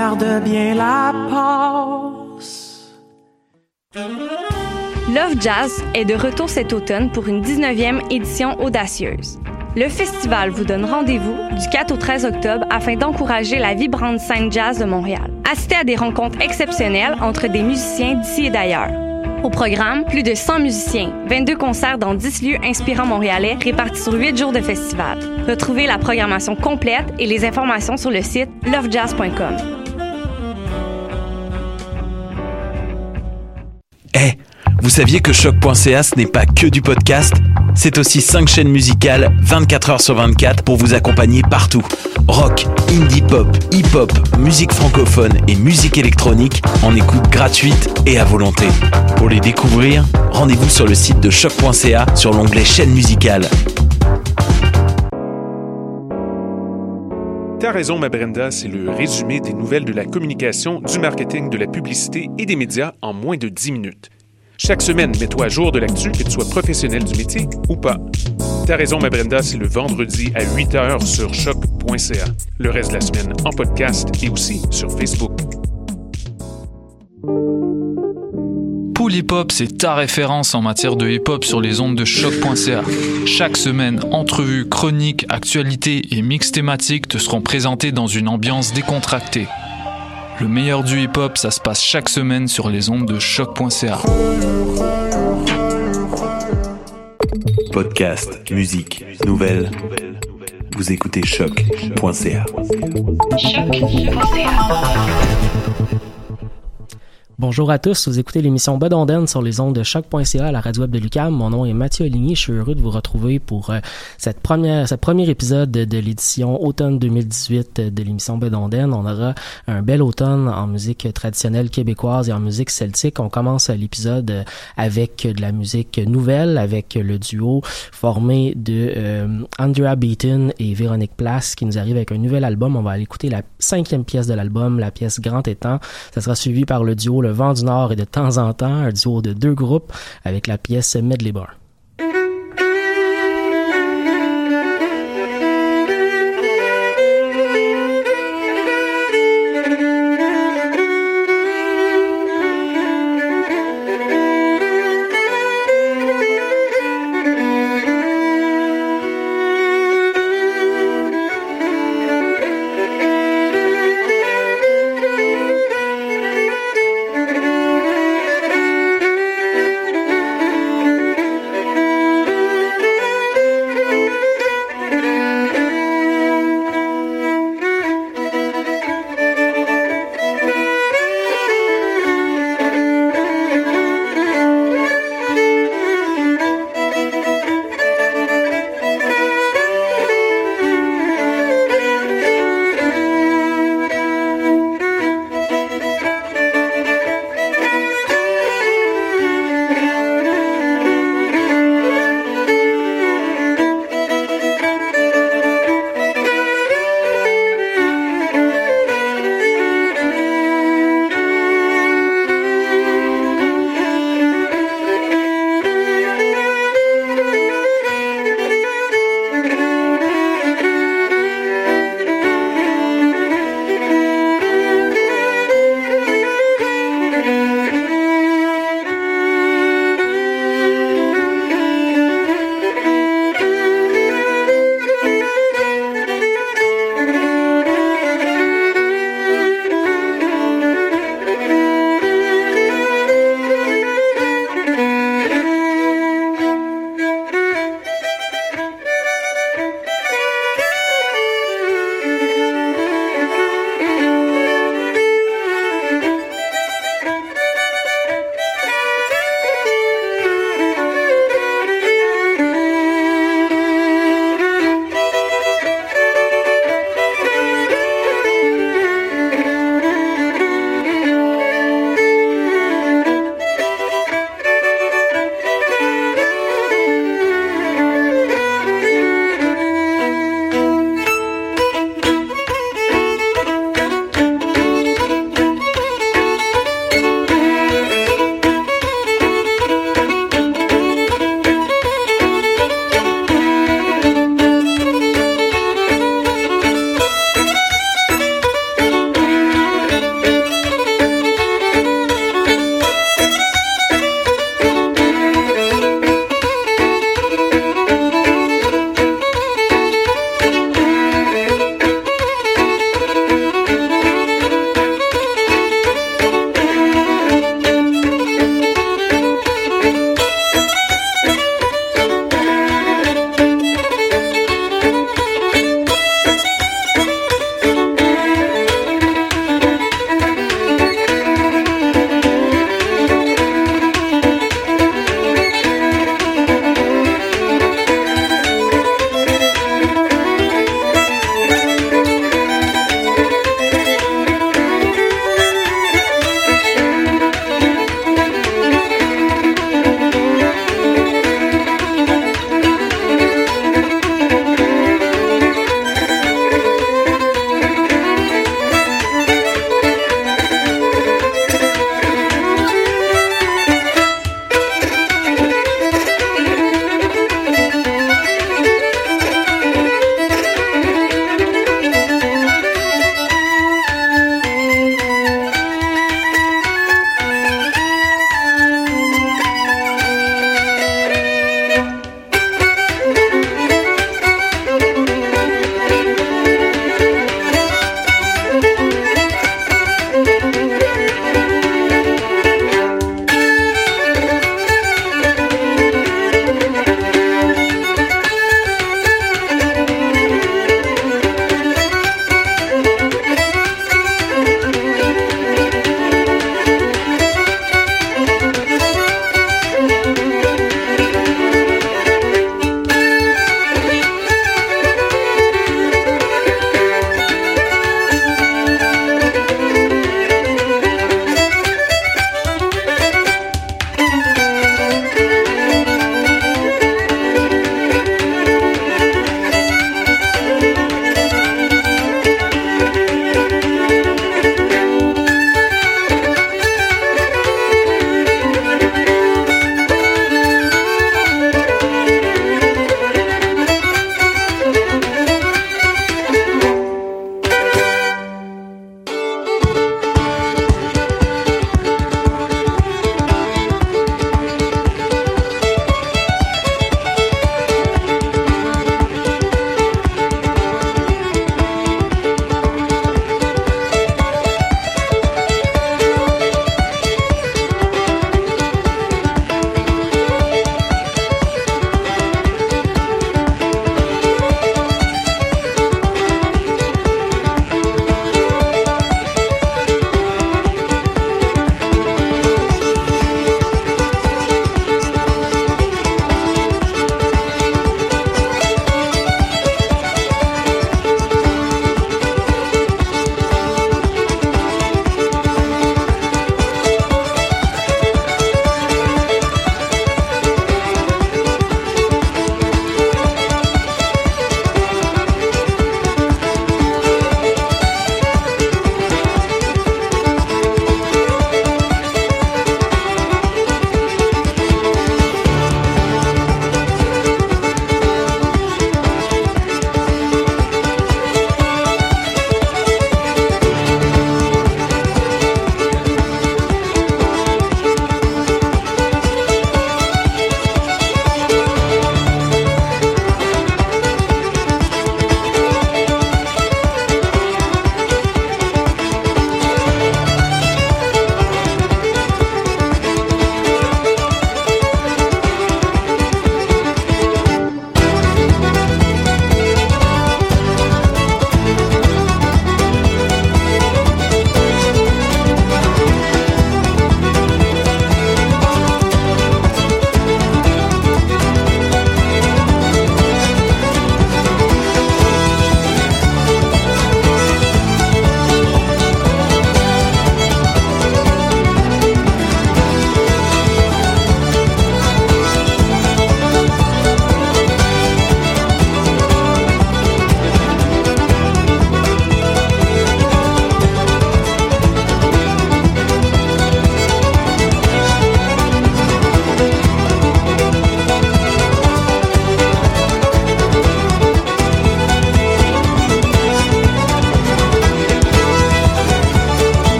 garde bien la passe. Love Jazz est de retour cet automne pour une 19e édition audacieuse. Le festival vous donne rendez-vous du 4 au 13 octobre afin d'encourager la vibrante scène jazz de Montréal. Assistez à des rencontres exceptionnelles entre des musiciens d'ici et d'ailleurs. Au programme, plus de 100 musiciens, 22 concerts dans 10 lieux inspirants montréalais répartis sur 8 jours de festival. Retrouvez la programmation complète et les informations sur le site lovejazz.com. Hey, vous saviez que Choc.ca ce n'est pas que du podcast? C'est aussi 5 chaînes musicales 24 heures sur 24 pour vous accompagner partout. Rock, indie pop, hip-hop, musique francophone et musique électronique en écoute gratuite et à volonté. Pour les découvrir, rendez-vous sur le site de Choc.ca sur l'onglet chaîne musicale. T'as raison, ma Brenda, c'est le résumé des nouvelles de la communication, du marketing, de la publicité et des médias en moins de 10 minutes. Chaque semaine, mets-toi à jour de l'actu, que tu sois professionnel du métier ou pas. T'as raison, ma Brenda, c'est le vendredi à 8h sur choc.ca. Le reste de la semaine en podcast et aussi sur Facebook. Pool Hip Hop, c'est ta référence en matière de hip-hop sur les ondes de choc.ca. Chaque semaine, entrevues, chroniques, actualités et mix thématiques te seront présentés dans une ambiance décontractée. Le meilleur du hip-hop, ça se passe chaque semaine sur les ondes de choc.ca. Podcast, musique, nouvelles. Vous écoutez choc.ca. Bonjour à tous, vous écoutez l'émission Bedonden sur les ondes de choc.ca à la radio web de l'UQAM. Mon nom est Mathieu Aligny, je suis heureux de vous retrouver pour ce premier épisode de l'édition automne 2018 de l'émission Bedonden. On aura un bel automne en musique traditionnelle québécoise et en musique celtique. On commence l'épisode avec de la musique nouvelle, avec le duo formé de Andrea Beaton et Véronique Place qui nous arrive avec un nouvel album. On va aller écouter la 5e pièce de l'album, la pièce Grand Étang. Ça sera suivi par le duo Le Vent du Nord et de temps en temps un duo de 2 groupes avec la pièce Medley Bar.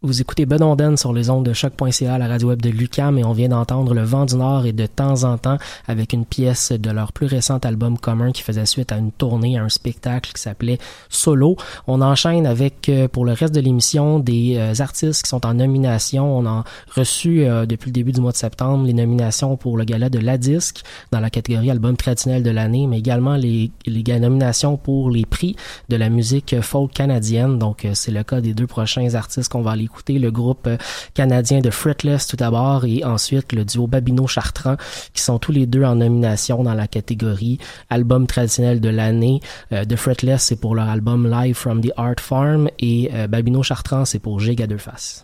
Vous écoutez Bedonden sur les ondes de choc.ca, la radio web de l'UQAM, et on vient d'entendre Le Vent du Nord et De temps en temps avec une pièce de leur plus récent album commun qui faisait suite à une tournée, à un spectacle qui s'appelait Solo. On enchaîne avec, pour le reste de l'émission, des artistes qui sont en nomination. On a reçu depuis le début du mois de septembre les nominations pour le gala de La Disque dans la catégorie album traditionnel de l'année, mais également les nominations pour les prix de la musique folk canadienne. Donc c'est le cas des deux prochains artistes qu'on va aller écouter, le groupe canadien de Fretless tout d'abord et ensuite le duo Babino-Chartrand qui sont tous les deux en nomination dans la catégorie album traditionnel de l'année. De Fretless, c'est pour leur album Live from the Art Farm et Babino-Chartrand, c'est pour Giga à deux faces.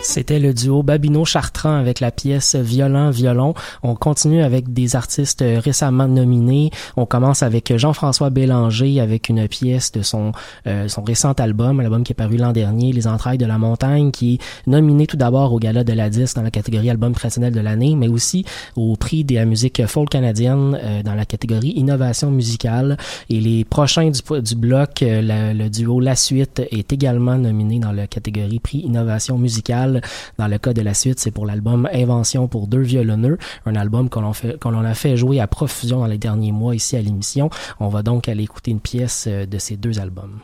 C'était le duo Babino-Chartrand avec la pièce Violent-Violon. On continue avec des artistes récemment nominés. On commence avec Jean-François Bélanger avec une pièce de son récent l'album qui est paru l'an dernier, Les Entrailles de la Montagne, qui est nominé tout d'abord au Gala de la Disque dans la catégorie Album traditionnel de l'année, mais aussi au prix de la musique folk canadienne dans la catégorie Innovation musicale. Et les prochains du bloc, le duo La Suite est également nominé dans la catégorie prix Innovation musicale. Dans le cas de La Suite, c'est pour l'album Invention pour deux violonneux, un album qu'on a fait jouer à profusion dans les derniers mois ici à l'émission. On va donc aller écouter une pièce de ces deux albums.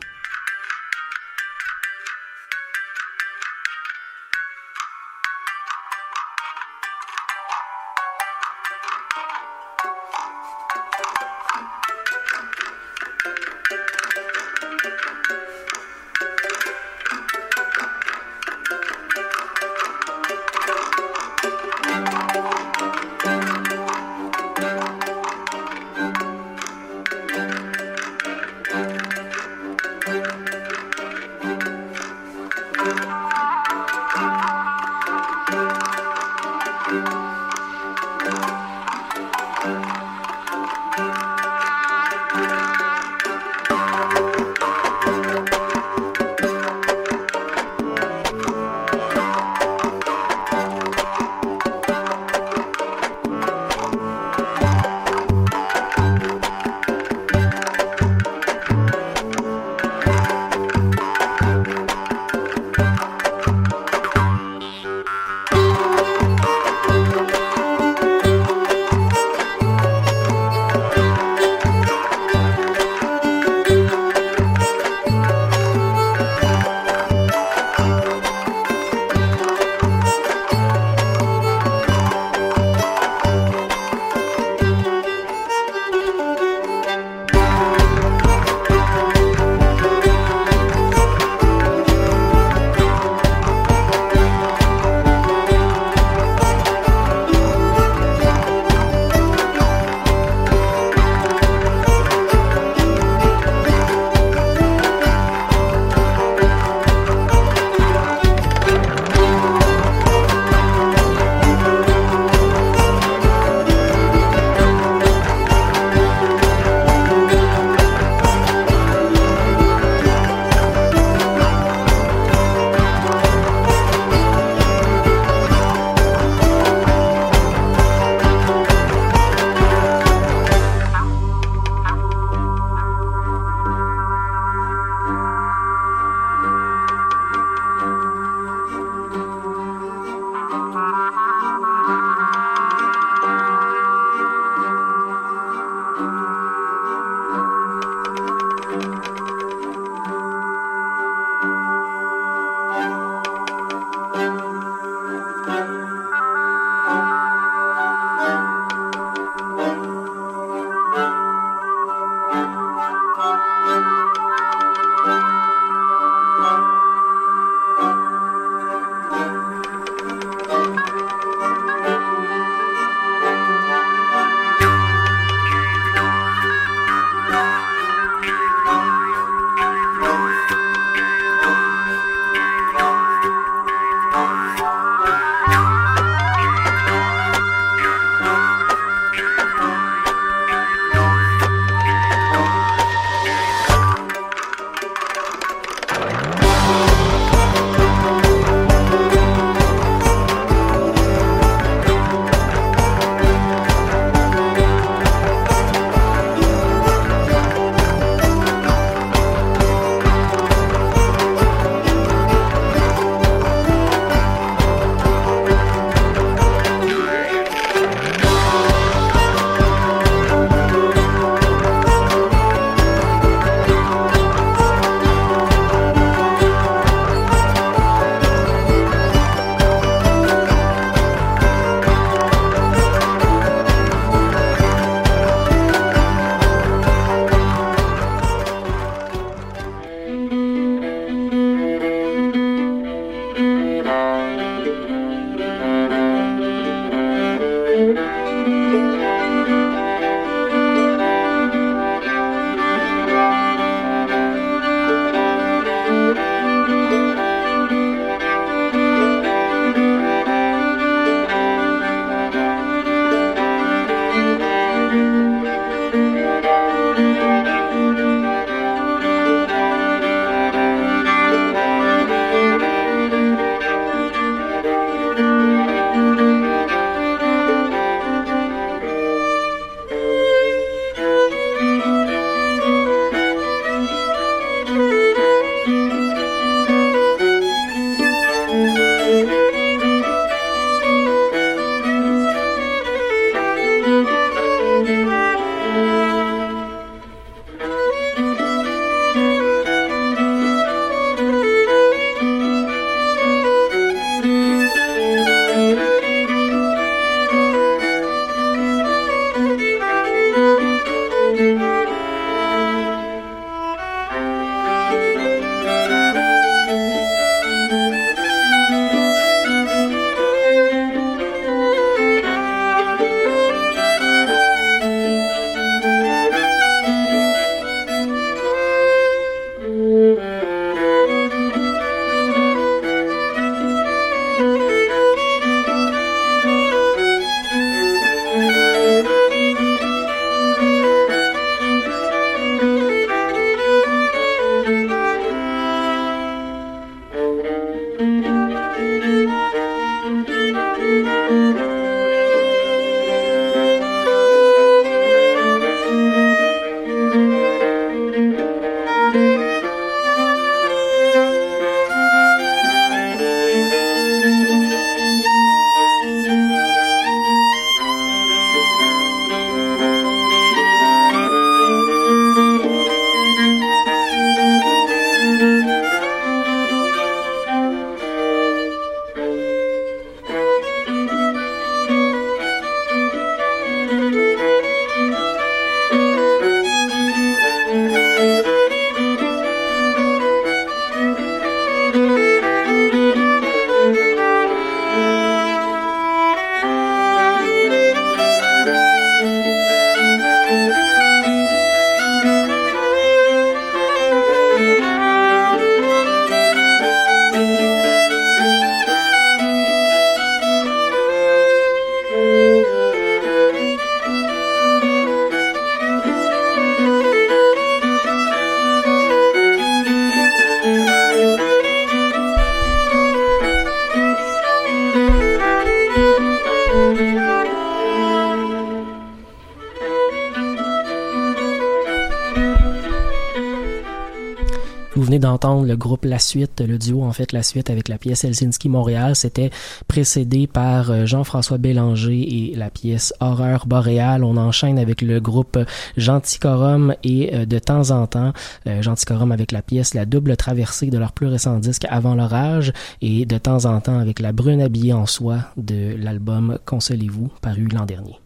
venez d'entendre le groupe La Suite, le duo en fait La Suite avec la pièce Helsinki Montréal. C'était précédé par Jean-François Bélanger et la pièce Horreur boréale. On enchaîne avec le groupe Genticorum et de temps en temps Genticorum avec la pièce La Double Traversée de leur plus récent disque Avant l'orage, et de temps en temps avec La Brune habillée en soie de l'album Consolez-vous paru l'an dernier.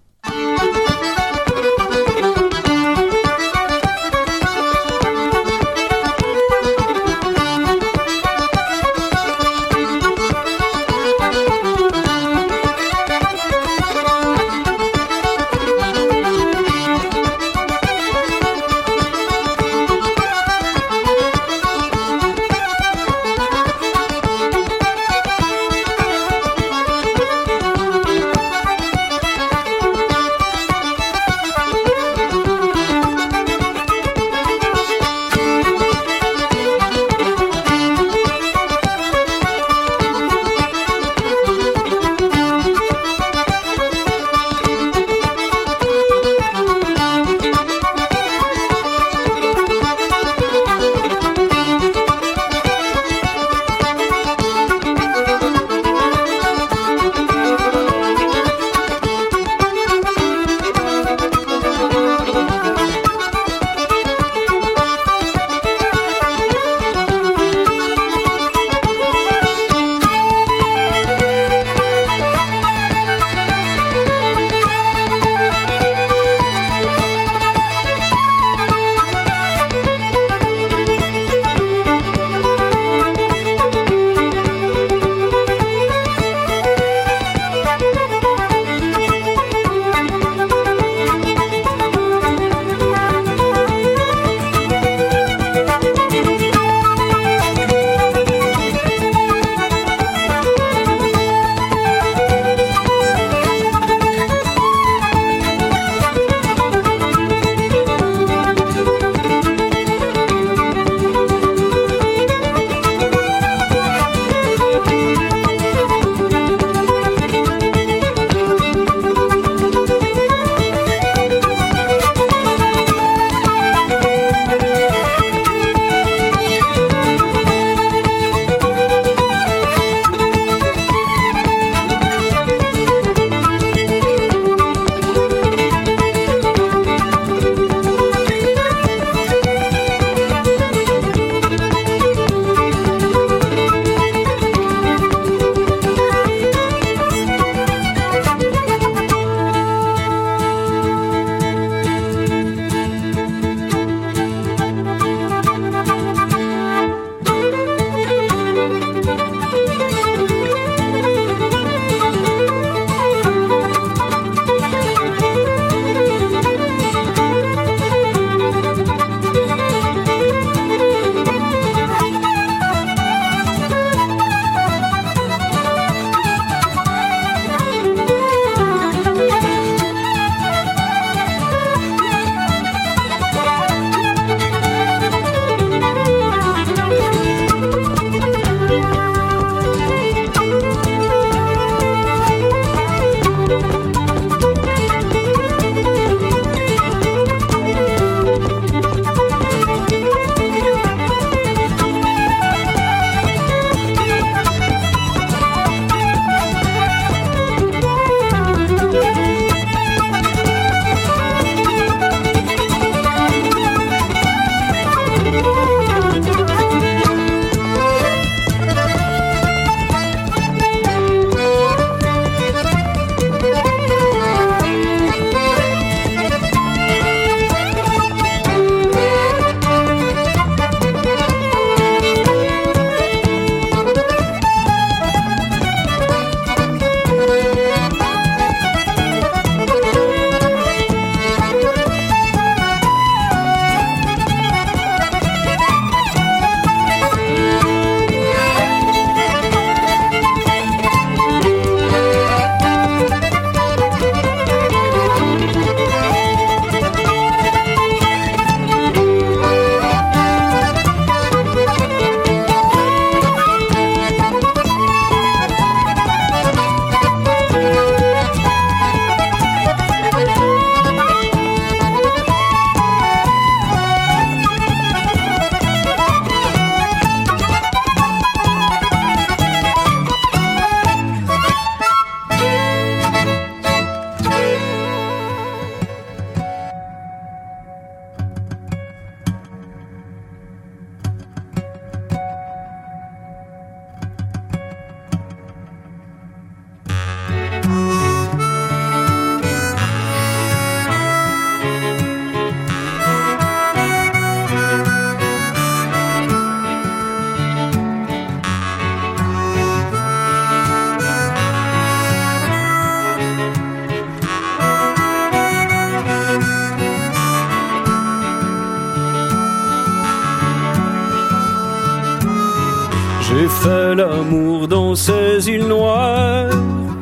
l'amour dans ces îles noires,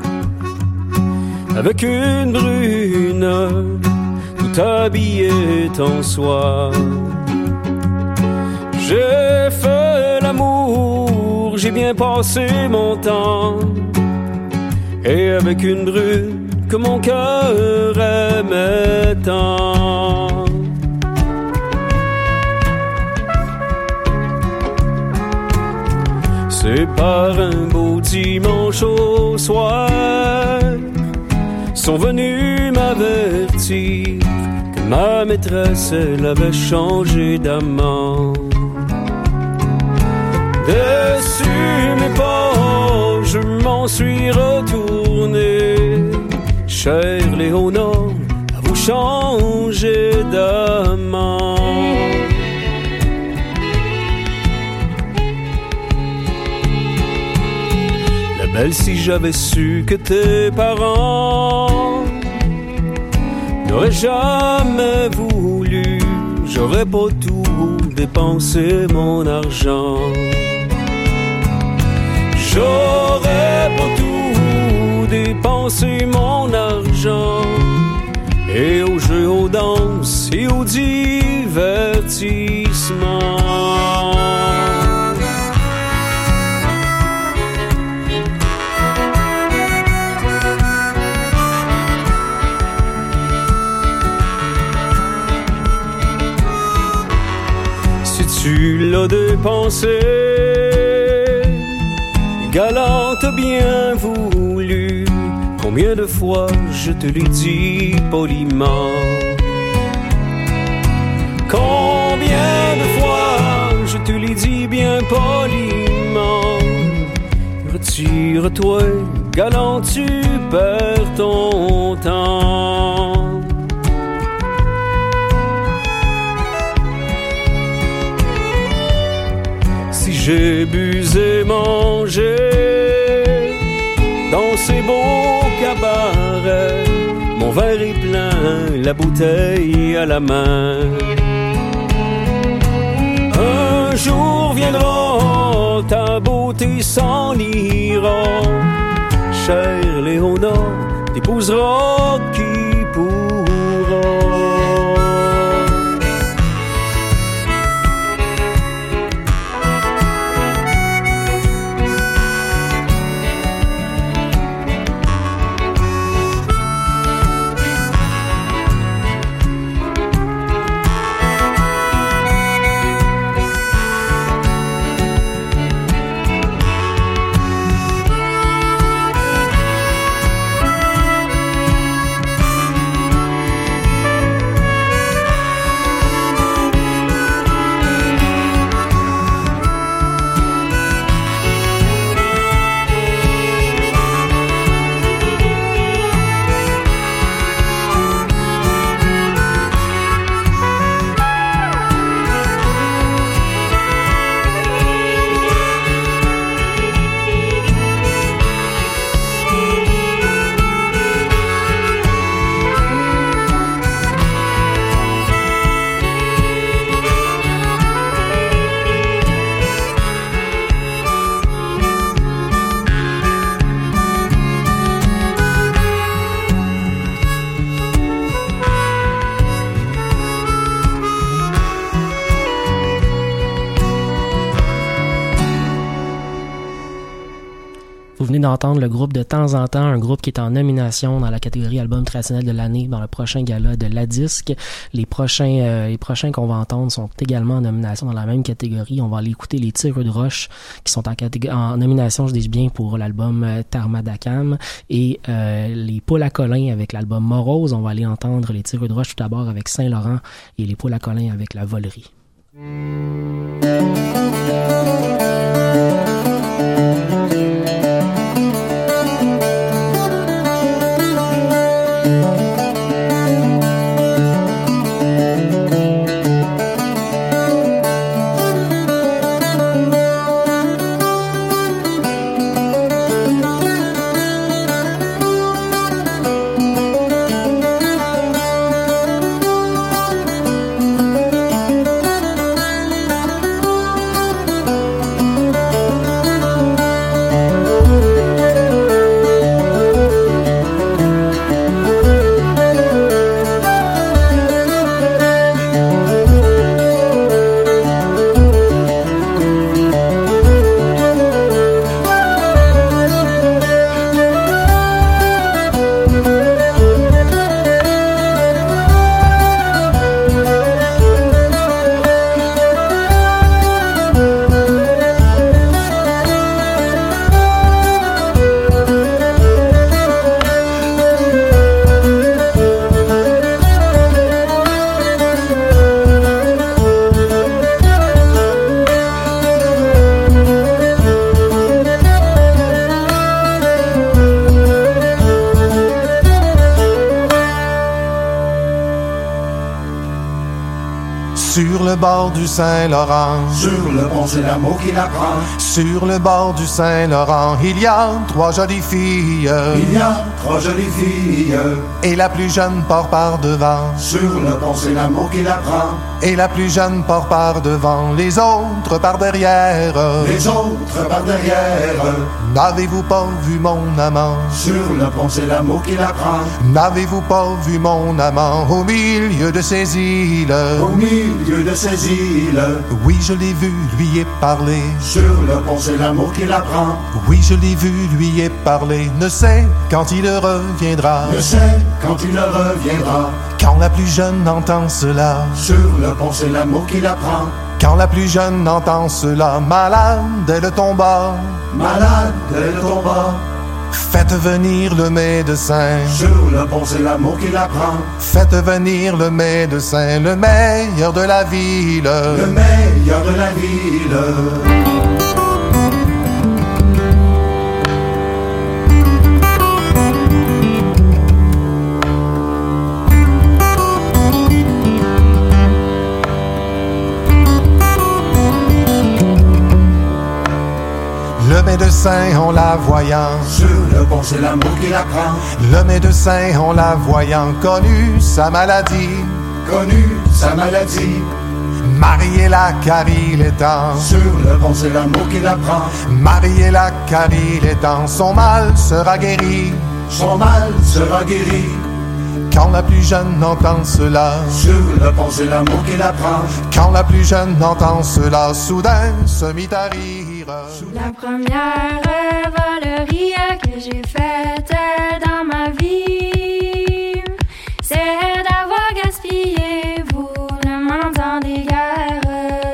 avec une brune, tout habillée en soie. J'ai fait l'amour, j'ai bien passé mon temps, et avec une brune que mon cœur aimait tant. C'est par un beau dimanche au soir, sont venus m'avertir que ma maîtresse, elle avait changé d'amant. Dessus mes pas, je m'en suis retourné. Cher Léona, à vous changer d'amant. La belle, si j'avais su que tes parents n'auraient jamais voulu, j'aurais pas tout dépensé mon argent. J'aurais pas tout dépensé mon argent, et aux jeux, aux danses et aux divertissements. Si tu l'as dépensé, galante bien voulu, combien de fois je te l'ai dit poliment. Combien de fois je te l'ai dit bien poliment. Retire-toi, galant, tu perds ton temps. Si j'ai bu et mangé dans ces beaux cabarets, mon verre est plein, la bouteille à la main. Un jour viendra, ta beauté s'en ira. Chère Léona, t'épouseras qui pourra. Vous venez d'entendre le groupe De Temps en Temps, un groupe qui est en nomination dans la catégorie album traditionnel de l'année dans le prochain gala de La Disque. Les prochains qu'on va entendre sont également en nomination dans la même catégorie. On va aller écouter les Tireux de Roche qui sont en nomination, je dis bien, pour l'album Tarmadacam, et les Poules à Colin avec l'album Morose. On va aller entendre les Tireux de Roche tout d'abord avec Saint-Laurent et les Poules à Colin avec La Volerie. Sur le bord du Saint-Laurent, sur le pont, c'est l'amour qui l'apprend. Sur le bord du Saint-Laurent, il y a 3 jolies filles. Il y a 3 jolies filles. Et la plus jeune part par devant. Sur le pont, c'est l'amour qui l'apprend. Et la plus jeune part par devant, les autres par derrière. Les autres par derrière. N'avez-vous pas vu mon amant? Sur le pont, c'est l'amour qui l'apprend. N'avez-vous pas vu mon amant au milieu de ces îles? Au milieu de ces îles. Oui, je l'ai vu, lui ai parlé. Sur le pont, c'est l'amour qui l'apprend. Oui, je l'ai vu, lui ai parlé. Ne sait quand il reviendra. Ne sait quand il reviendra. Quand la plus jeune entend cela. Sur le pont, c'est l'amour qui l'apprend. Quand la plus jeune entend cela, malade, elle tomba. Malade, elle tomba. Faites venir le médecin. Sur le pont, c'est l'amour qui l'apprend. Faites venir le médecin, le meilleur de la ville. Le meilleur de la ville. Le médecin en la voyant. Sur le pont, c'est l'amour qui l'apprend. Le médecin en la voyant connu sa maladie. Connu sa maladie. Mariez-la car il est temps. Sur le pont, c'est l'amour qui l'apprend. Mariez-la car il est temps. Son mal sera guéri. Son mal sera guéri. Quand la plus jeune entend cela. Sur le pont, c'est l'amour qui l'apprend. Quand la plus jeune entend cela, soudain se mit à rire. La première volerie que j'ai faite dans ma vie, c'est d'avoir gaspillé, vous ne m'entendez guère,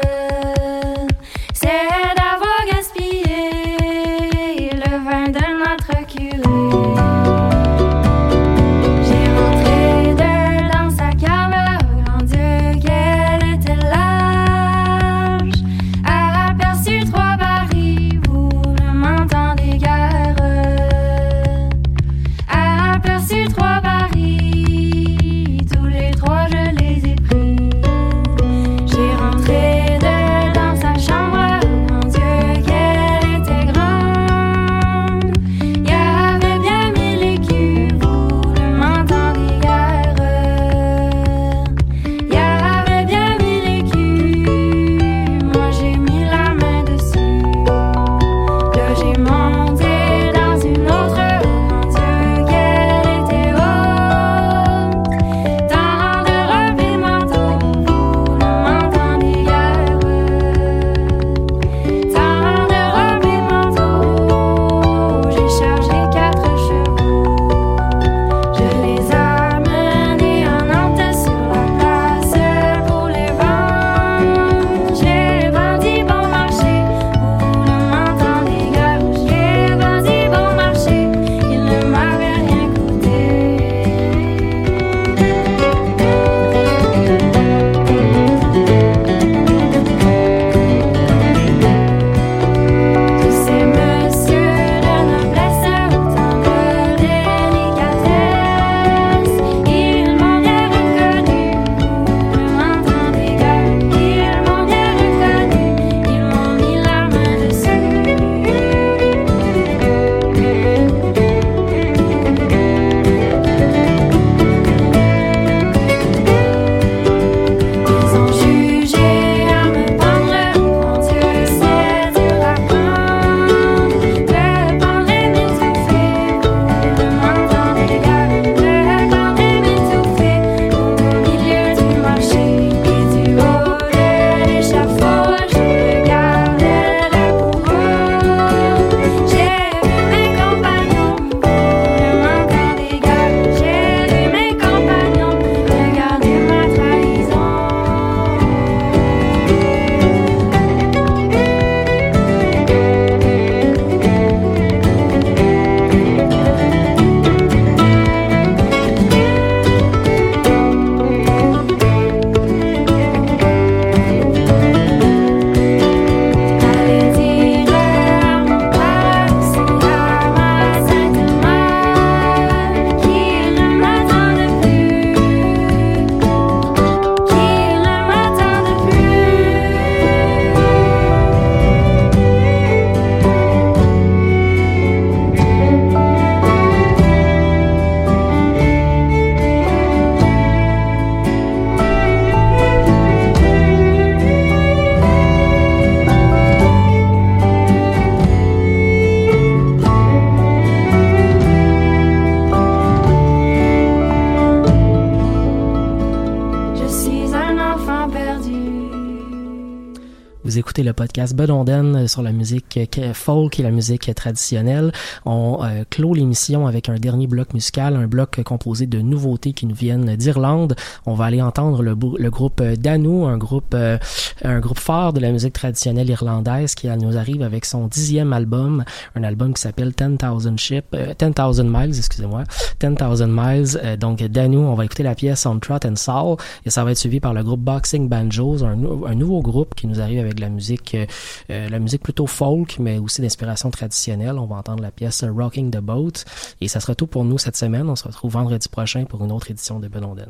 c'est d'avoir gaspillé le vin de notre curé. J'ai rentré dedans sa cave, oh grand Dieu qu'elle était large, aperçu 3 barils, vous ne m'entendez guère. écoutez le podcast Bedonden sur la musique folk et la musique traditionnelle. On clôt l'émission avec un dernier bloc musical, un bloc composé de nouveautés qui nous viennent d'Irlande. On va aller entendre le groupe Danu, un groupe phare de la musique traditionnelle irlandaise qui nous arrive avec son 10e album, un album qui s'appelle 10,000 Miles, excusez-moi, 10,000 Miles. Donc Danu, on va écouter la pièce On Trot and Soul et ça va être suivi par le groupe Boxing Banjos, un nouveau groupe qui nous arrive avec la musique plutôt folk mais aussi d'inspiration traditionnelle. On va entendre la pièce Rocking the Boat et ça sera tout pour nous cette semaine. On se retrouve vendredi prochain pour une autre édition de Bedonden.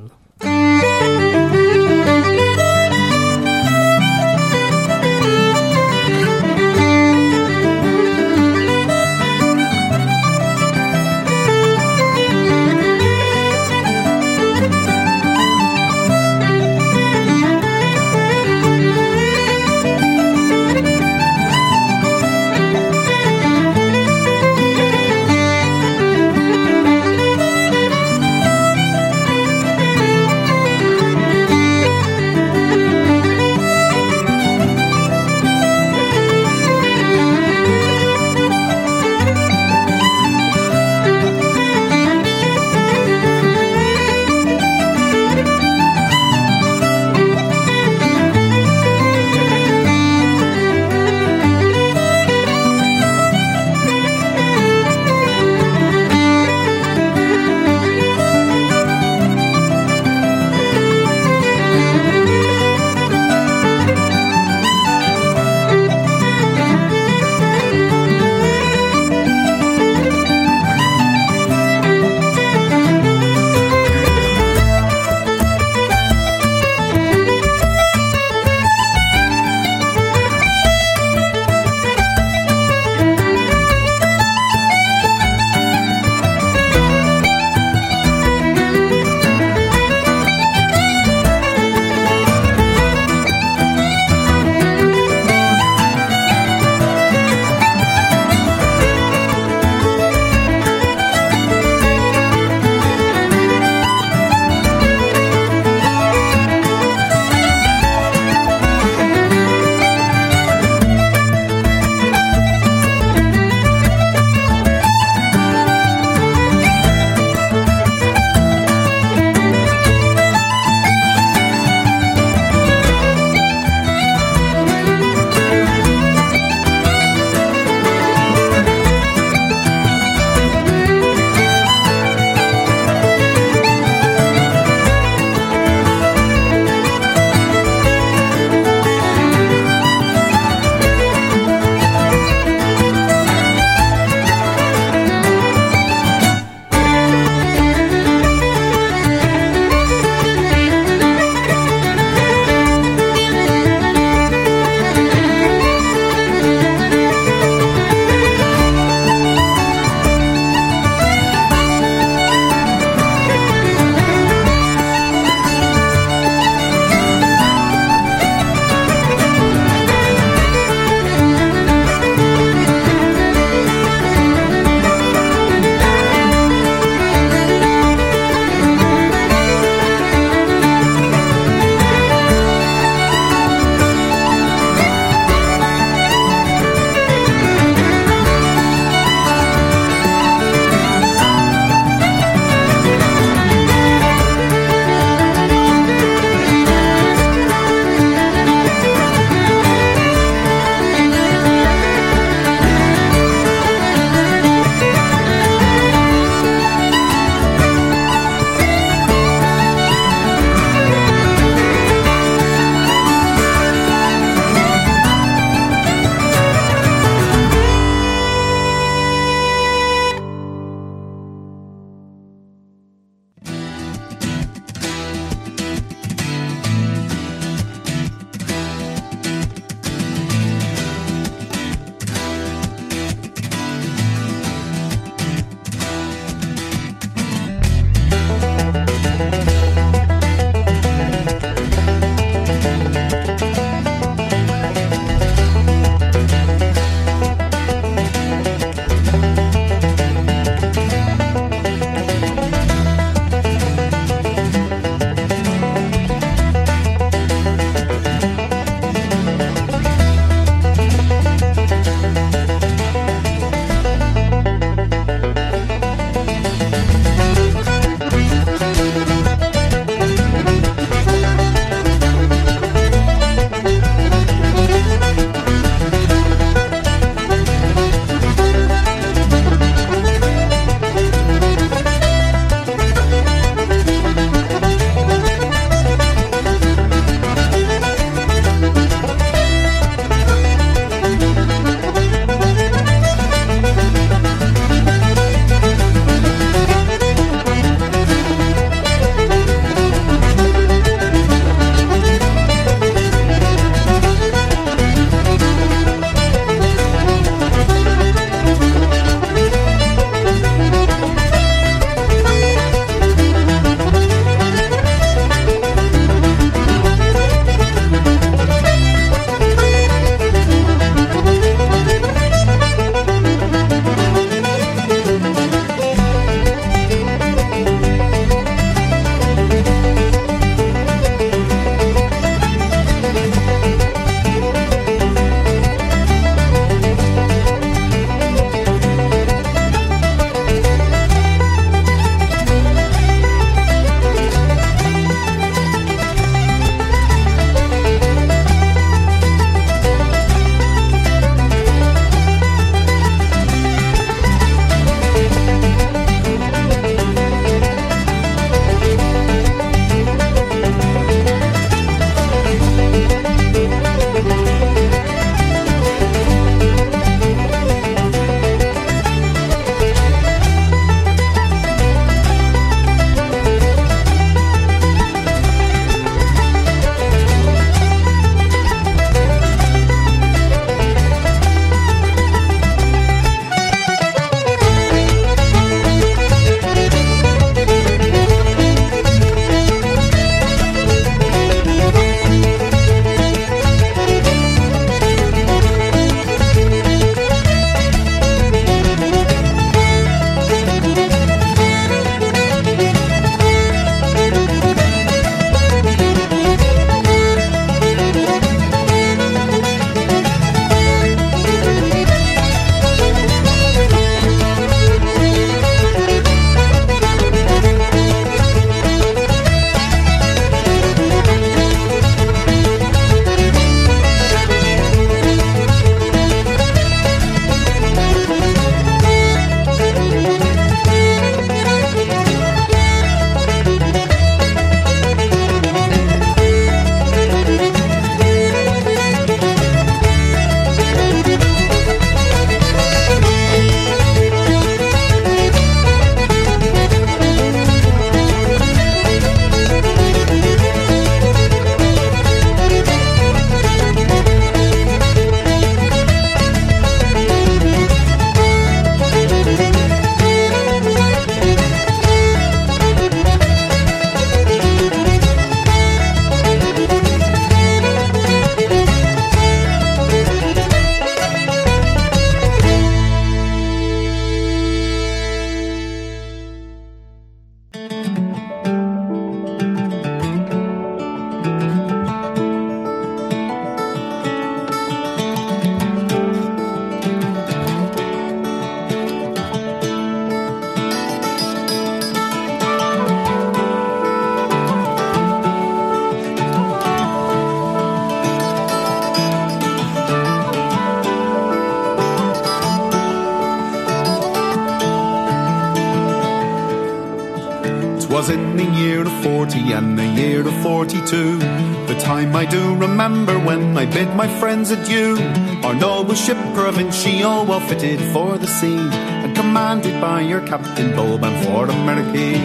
'Twas in the year of 40 and the year of 42, the time I do remember when I bid my friends adieu. Our noble ship Provincial, well fitted for the sea, and commanded by your Captain Bull, bound for America.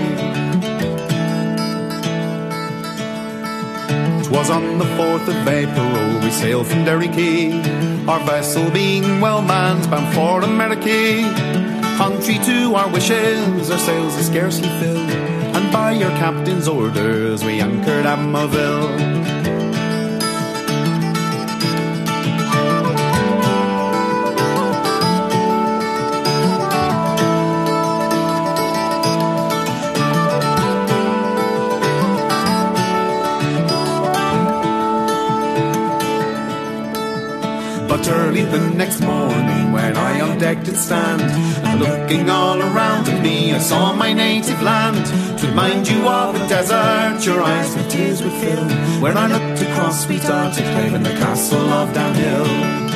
'Twas on the 4th of April we sailed from Derry Quay, our vessel being well manned, bound for America. Contrary to our wishes, our sails are scarcely filled, and by your captain's orders we anchored at Moville. But early the next morning when I on deck did stand, and looking all around at me I saw my native land. To remind you of a desert your eyes with tears would fill, when I looked across sweet Arctic haven, the castle of Downhill.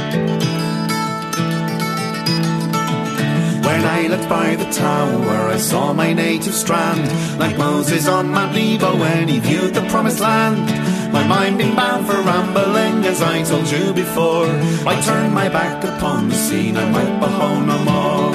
When I looked by the tower I saw my native strand, like Moses on Mount Nebo when he viewed the promised land. My mind being bound for rambling, as I told you before, I turned my back upon the scene, I might behold no more.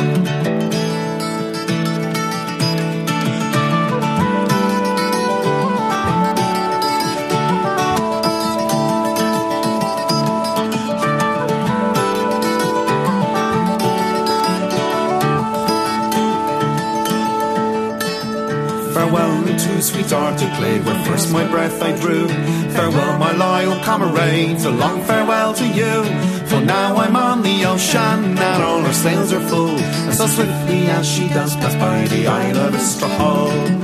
Farewell into sweet Arctic glade, where first my breath I drew. Farewell my loyal comrades, a long farewell to you. For now I'm on the ocean, and all our sails are full, and so swiftly as she does pass by the Isle of Istrahall.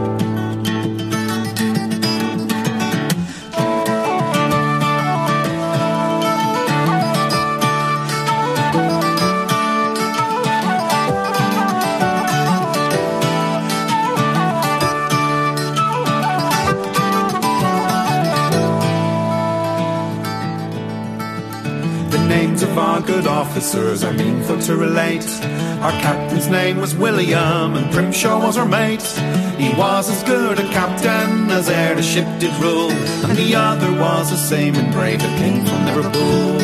Of our good officers are meanful to relate. Our captain's name was William, and Primshaw was our mate. He was as good a captain as e'er the ship did rule, and the other was the same and brave that came from Liverpool.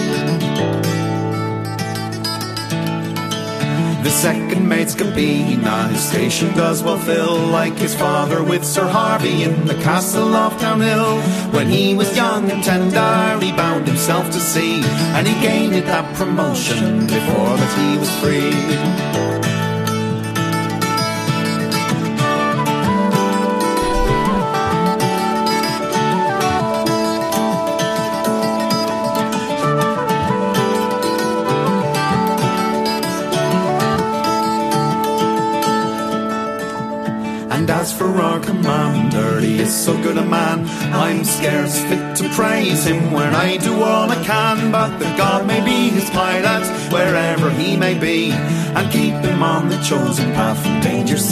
The second mate's Cabina his station does well fill, like his father with Sir Harvey in the castle of Downhill. When he was young and tender he bound himself to sea, and he gained that promotion before that he was free. And as for our commander, he is so good a man, I'm scarce fit to praise him when I do all I can. But that God may be his pilot wherever he may be, and keep him on the chosen path from danger.